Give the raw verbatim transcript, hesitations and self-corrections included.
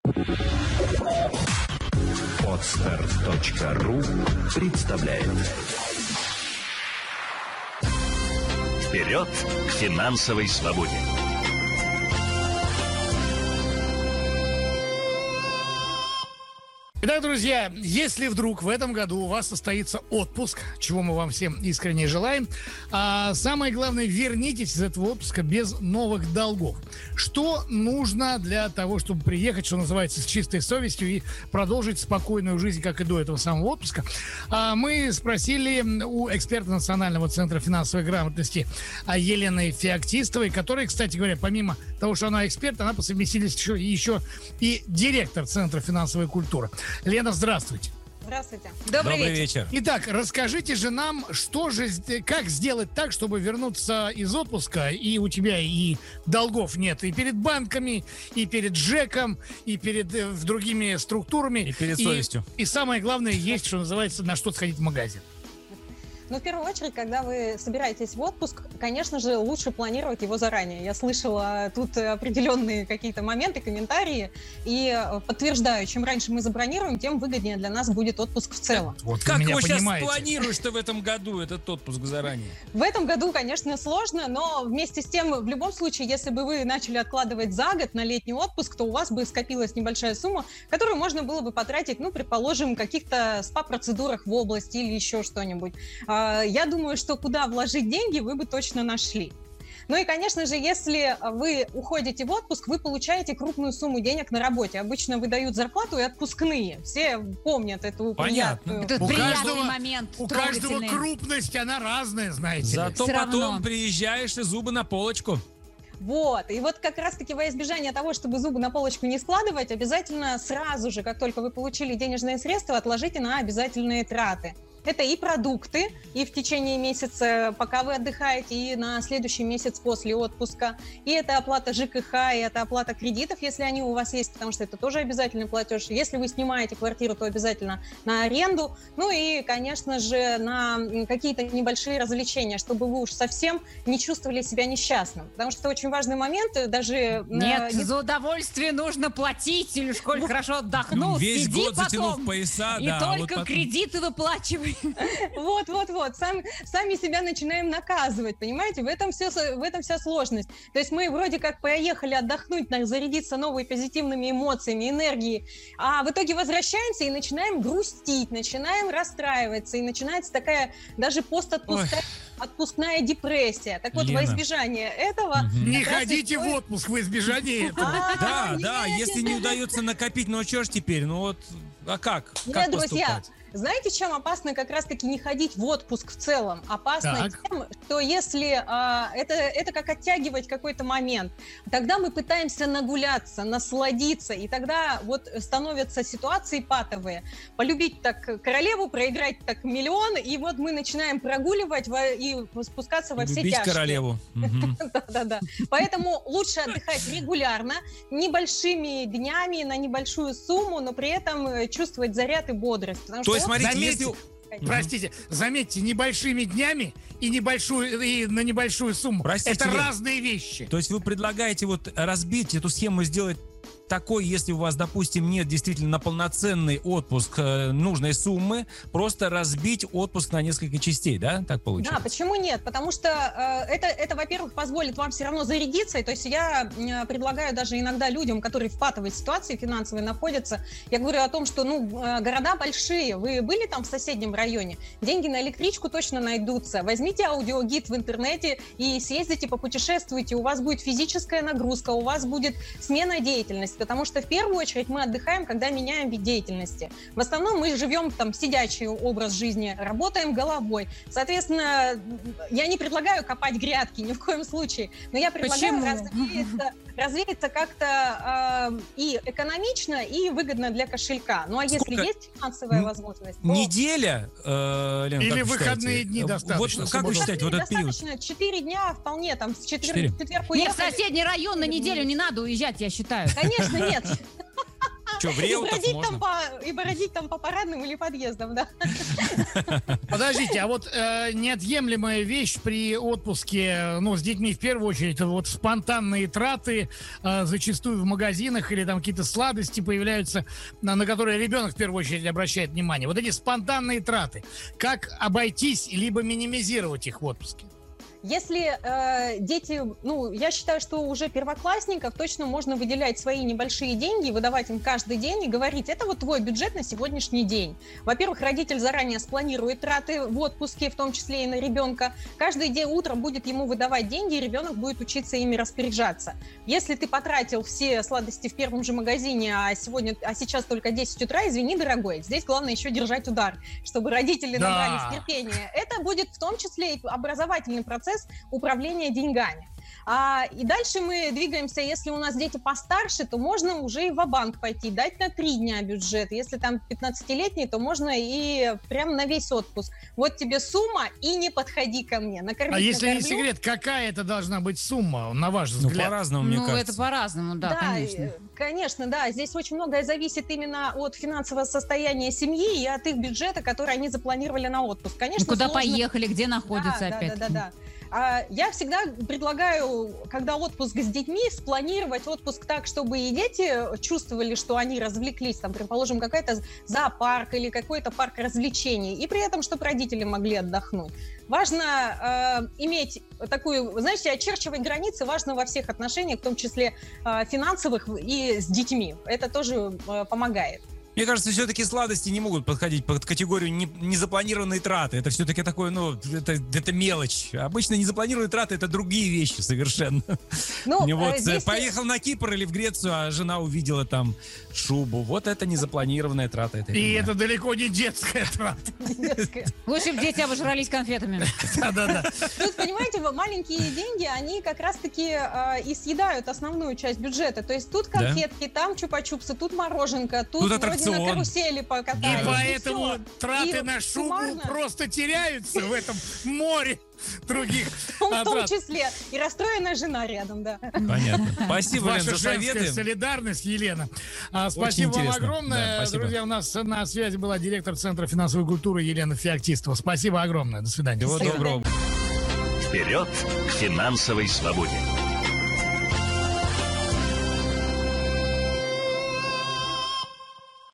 Подстер точка ру представляет. Вперед к финансовой свободе! Итак, друзья, если вдруг в этом году у вас состоится отпуск, чего мы вам всем искренне желаем, а самое главное, вернитесь из этого отпуска без новых долгов. Что нужно для того, чтобы приехать, что называется, с чистой совестью и продолжить спокойную жизнь, как и до этого самого отпуска? А мы спросили у эксперта Национального центра финансовой грамотности Елены Феоктистовой, которая, кстати говоря, помимо того, что она эксперт, она по совместительству еще, еще и директор Центра финансовой культуры. Лена, здравствуйте. Здравствуйте. Добрый, Добрый вечер. вечер. Итак, расскажите же нам, что же, как сделать так, чтобы вернуться из отпуска, и у тебя и долгов нет и перед банками, и перед ЖЭКом, и перед э, другими структурами. И перед совестью. И, и самое главное, есть, что называется, на что сходить в магазин. Ну, в первую очередь, когда вы собираетесь в отпуск, конечно же, лучше планировать его заранее. Я слышала тут определенные какие-то моменты, комментарии, и подтверждаю, чем раньше мы забронируем, тем выгоднее для нас будет отпуск в целом. Вот как его сейчас планируешь-то в этом году, этот отпуск заранее? В этом году, конечно, сложно, но вместе с тем, в любом случае, если бы вы начали откладывать за год на летний отпуск, то у вас бы скопилась небольшая сумма, которую можно было бы потратить, ну, предположим, в каких-то спа-процедурах в области или еще что-нибудь. Я думаю, что куда вложить деньги, вы бы точно нашли. Ну и, конечно же, если вы уходите в отпуск, вы получаете крупную сумму денег на работе. Обычно выдают зарплату и отпускные. Все помнят эту Понятно. приятную... Это У приятный каждого, момент. у каждого крупность, она разная, знаете ли. Зато Все потом равно. приезжаешь и зубы на полочку. Вот, и вот как раз-таки во избежание того, чтобы зубы на полочку не складывать, обязательно сразу же, как только вы получили денежные средства, отложите на обязательные траты. Это и продукты, и в течение месяца, пока вы отдыхаете, и на следующий месяц после отпуска. И это оплата ЖКХ, и это оплата кредитов, если они у вас есть, потому что это тоже обязательный платеж. Если вы снимаете квартиру, то обязательно на аренду. Ну и, конечно же, на какие-то небольшие развлечения, чтобы вы уж совсем не чувствовали себя несчастным. Потому что это очень важный момент. Даже Нет, на... за удовольствие нужно платить, или в школе хорошо отдохнул, Весь сиди год потом, затянув пояса, и да. только вот потом... кредиты выплачивай. Вот-вот-вот, сам, сами себя начинаем наказывать, понимаете? В этом, все, в этом вся сложность. То есть мы вроде как поехали отдохнуть, зарядиться новыми позитивными эмоциями, энергией, а в итоге возвращаемся и начинаем грустить, начинаем расстраиваться, и начинается такая даже постотпускная отпускная депрессия. Так вот, Лена. во избежание этого... Угу. Не ходите стоит... в отпуск в избежание этого. Да, да, если не удается накопить, ну что ж теперь, ну вот, а как? Как поступать? Знаете, чем опасно как раз-таки не ходить в отпуск в целом? Опасно так. тем, что если а, это, это как оттягивать какой-то момент, тогда мы пытаемся нагуляться, насладиться, и тогда вот становятся ситуации патовые. Полюбить так королеву, проиграть так миллион, и вот мы начинаем прогуливать во, и спускаться во все Любить тяжкие. королеву. Да-да-да. Поэтому лучше отдыхать регулярно, небольшими днями, на небольшую сумму, но при этом чувствовать заряд и бодрость. Потому что Смотрите, заметьте, если... простите, заметьте, небольшими днями и небольшую и на небольшую сумму. Простите, это Лен, разные вещи. То есть вы предлагаете вот разбить эту схему, сделать такой, если у вас, допустим, нет действительно на полноценный отпуск э, нужной суммы, просто разбить отпуск на несколько частей, да? Так получается? Да, почему нет? Потому что э, это, это, во-первых, позволит вам все равно зарядиться. То есть я э, предлагаю даже иногда людям, которые в патовой ситуации финансовой находятся, я говорю о том, что ну, э, города большие, вы были там в соседнем районе, деньги на электричку точно найдутся. Возьмите аудиогид в интернете и съездите, попутешествуйте, у вас будет физическая нагрузка, у вас будет смена деятельности. Потому что в первую очередь мы отдыхаем, когда меняем вид деятельности. В основном мы живем там сидячий образ жизни, работаем головой. Соответственно, я не предлагаю копать грядки ни в коем случае, но я предлагаю развеяться, развеяться как-то э, и экономично, и выгодно для кошелька. Ну а если Сколько? Есть финансовая возможность, то... Неделя, э, Лена, или как выходные считаете? дни достаточно? Вот как вы считаете, вот этот период? Достаточно, четыре дня вполне, там в четверг, четыре. в четверг Нет, в уехали. соседний район на неделю не надо уезжать, я считаю. Конечно, нет. Что, в И Реутов бродить, можно? там по, и бродить там по парадным или подъездам, да. Подождите, а вот э, неотъемлемая вещь при отпуске, ну, с детьми в первую очередь, это вот спонтанные траты, э, зачастую в магазинах или там какие-то сладости появляются, на, на которые ребенок в первую очередь обращает внимание. Вот эти спонтанные траты, как обойтись, либо минимизировать их в отпуске? Если э, дети, ну, я считаю, что уже первоклассников точно можно выделять свои небольшие деньги, выдавать им каждый день и говорить, это вот твой бюджет на сегодняшний день. Во-первых, родитель заранее спланирует траты в отпуске, в том числе и на ребенка. Каждый день утром будет ему выдавать деньги, и ребенок будет учиться ими распоряжаться. Если ты потратил все сладости в первом же магазине, а сегодня, а сейчас только десять утра, извини, дорогой, здесь главное еще держать удар, чтобы родители Да. набрались терпения. Это будет в том числе и образовательный процесс управления деньгами. А, и дальше мы двигаемся, если у нас дети постарше, то можно уже и ва-банк пойти, дать на три дня бюджет. Если там пятнадцатилетний, то можно и прям на весь отпуск. Вот тебе сумма, и не подходи ко мне. Накормить, А если не накормил. секрет, какая это должна быть сумма, на ваш Ну, взгляд? по-разному, мне Ну, это кажется. по-разному, да, конечно. э, конечно, да. Здесь очень многое зависит именно от финансового состояния семьи и от их бюджета, который они запланировали на отпуск. Конечно, Ну, куда сложно- поехали, где находятся Да, да, опять. да, да, да. А, Я всегда предлагаю, когда отпуск с детьми, спланировать отпуск так, чтобы и дети чувствовали, что они развлеклись, там, предположим, какой-то зоопарк или какой-то парк развлечений, и при этом, чтобы родители могли отдохнуть. Важно э, иметь такую, знаете, очерчивать границы важно во всех отношениях, в том числе э, финансовых и с детьми. Это тоже э, помогает. Мне кажется, все-таки сладости не могут подходить под категорию не- незапланированные траты. Это все-таки такое, ну, это, это мелочь. Обычно незапланированные траты — это другие вещи совершенно. Ну, Не вот э, здесь- поехал на Кипр или в Грецию, а жена увидела там шубу. Вот это незапланированная трата. Это я И понимаю. это далеко не детская трата. детская. Лучше бы дети обожрались конфетами. Да-да-да. Тут, понимаете, маленькие деньги, они как раз-таки э, и съедают основную часть бюджета. То есть тут конфетки, там чупа-чупсы, тут мороженка, тут, Тут вроде аттракцион. на карусели И покатались. поэтому всё. траты И на шубу суммарно, просто теряются в этом море других в том, в а, том трат. числе. И расстроенная жена рядом, да. Понятно. Спасибо, Лен, Ваша за женская советы. солидарность, Елена. А, спасибо вам интересно. огромное. Да, спасибо. Друзья, у нас на связи была директор Центра финансовой культуры Елена Феоктистова. Спасибо огромное. До свидания. Всего доброго. Вперед к финансовой свободе!